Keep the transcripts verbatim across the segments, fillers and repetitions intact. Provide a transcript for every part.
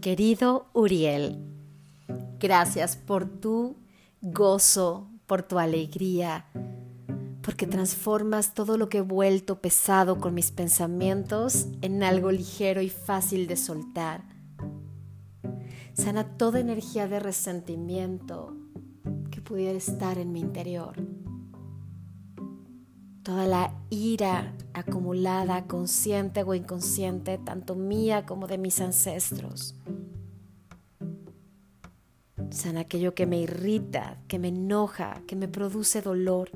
Querido Uriel, gracias por tu gozo, por tu alegría, porque transformas todo lo que he vuelto pesado con mis pensamientos en algo ligero y fácil de soltar. Sana toda energía de resentimiento que pudiera estar en mi interior. Toda la ira acumulada, consciente o inconsciente, tanto mía como de mis ancestros. Sana aquello que me irrita, que me enoja, que me produce dolor.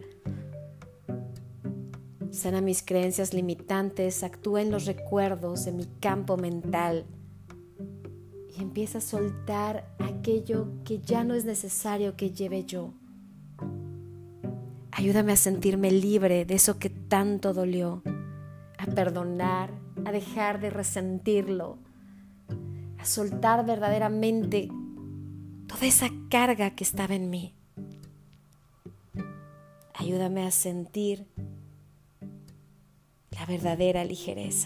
Sana mis creencias limitantes, actúa en los recuerdos de mi campo mental y empieza a soltar aquello que ya no es necesario que lleve yo. Ayúdame a sentirme libre de eso que tanto dolió, a perdonar, a dejar de resentirlo, a soltar verdaderamente toda esa carga que estaba en mí. Ayúdame a sentir la verdadera ligereza.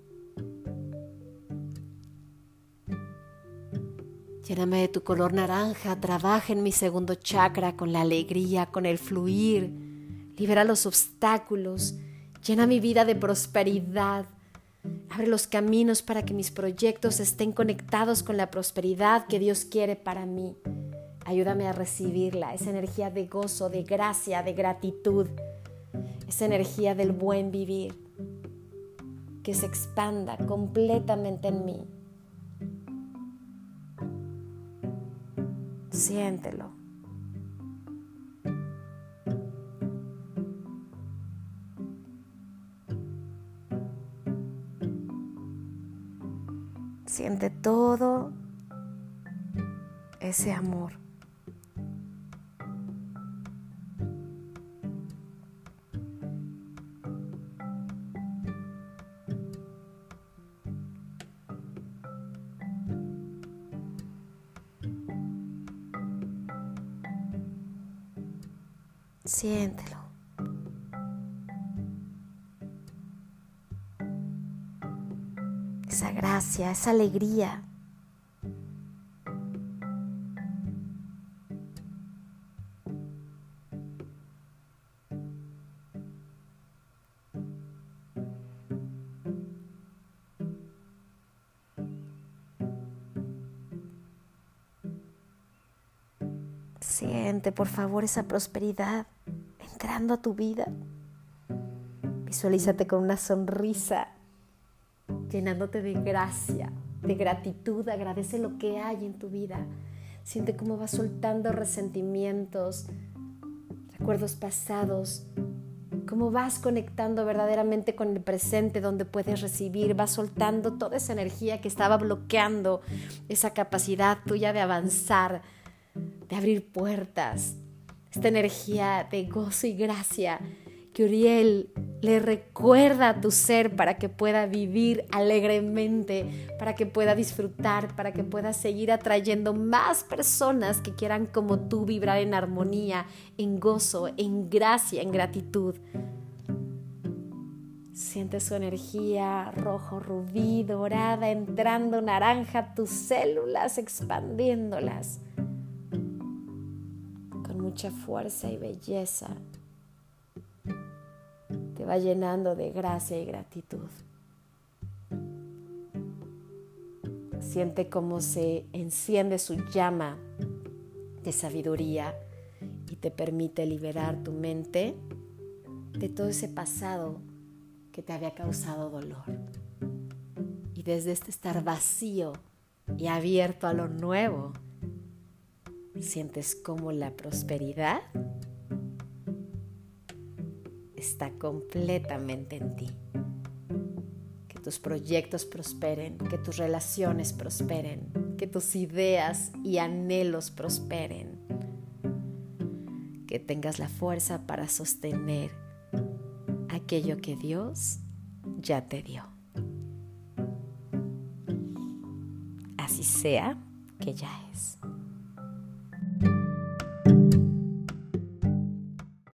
Lléname de tu color naranja, trabaja en mi segundo chakra con la alegría, con el fluir, libera los obstáculos, llena mi vida de prosperidad, abre los caminos para que mis proyectos estén conectados con la prosperidad que Dios quiere para mí. Ayúdame a recibirla, esa energía de gozo, de gracia, de gratitud, esa energía del buen vivir, que se expanda completamente en mí. Siéntelo. Siente todo ese amor. Siéntelo. Esa gracia, esa alegría. Siente, por favor, esa prosperidad entrando a tu vida. Visualízate con una sonrisa, llenándote de gracia, de gratitud. Agradece lo que hay en tu vida. Siente cómo vas soltando resentimientos, recuerdos pasados, cómo vas conectando verdaderamente con el presente donde puedes recibir, vas soltando toda esa energía que estaba bloqueando esa capacidad tuya de avanzar, de abrir puertas, esta energía de gozo y gracia que Uriel le recuerda a tu ser para que pueda vivir alegremente, para que pueda disfrutar, para que pueda seguir atrayendo más personas que quieran como tú vibrar en armonía, en gozo, en gracia, en gratitud. Siente su energía rojo, rubí, dorada, entrando naranja, tus células expandiéndolas con mucha fuerza y belleza. Te va llenando de gracia y gratitud. Siente cómo se enciende su llama de sabiduría y te permite liberar tu mente de todo ese pasado que te había causado dolor. Y desde este estar vacío y abierto a lo nuevo, sientes cómo la prosperidad está completamente en ti. Que tus proyectos prosperen, que tus relaciones prosperen, que tus ideas y anhelos prosperen. Que tengas la fuerza para sostener aquello que Dios ya te dio. Así sea, que ya es.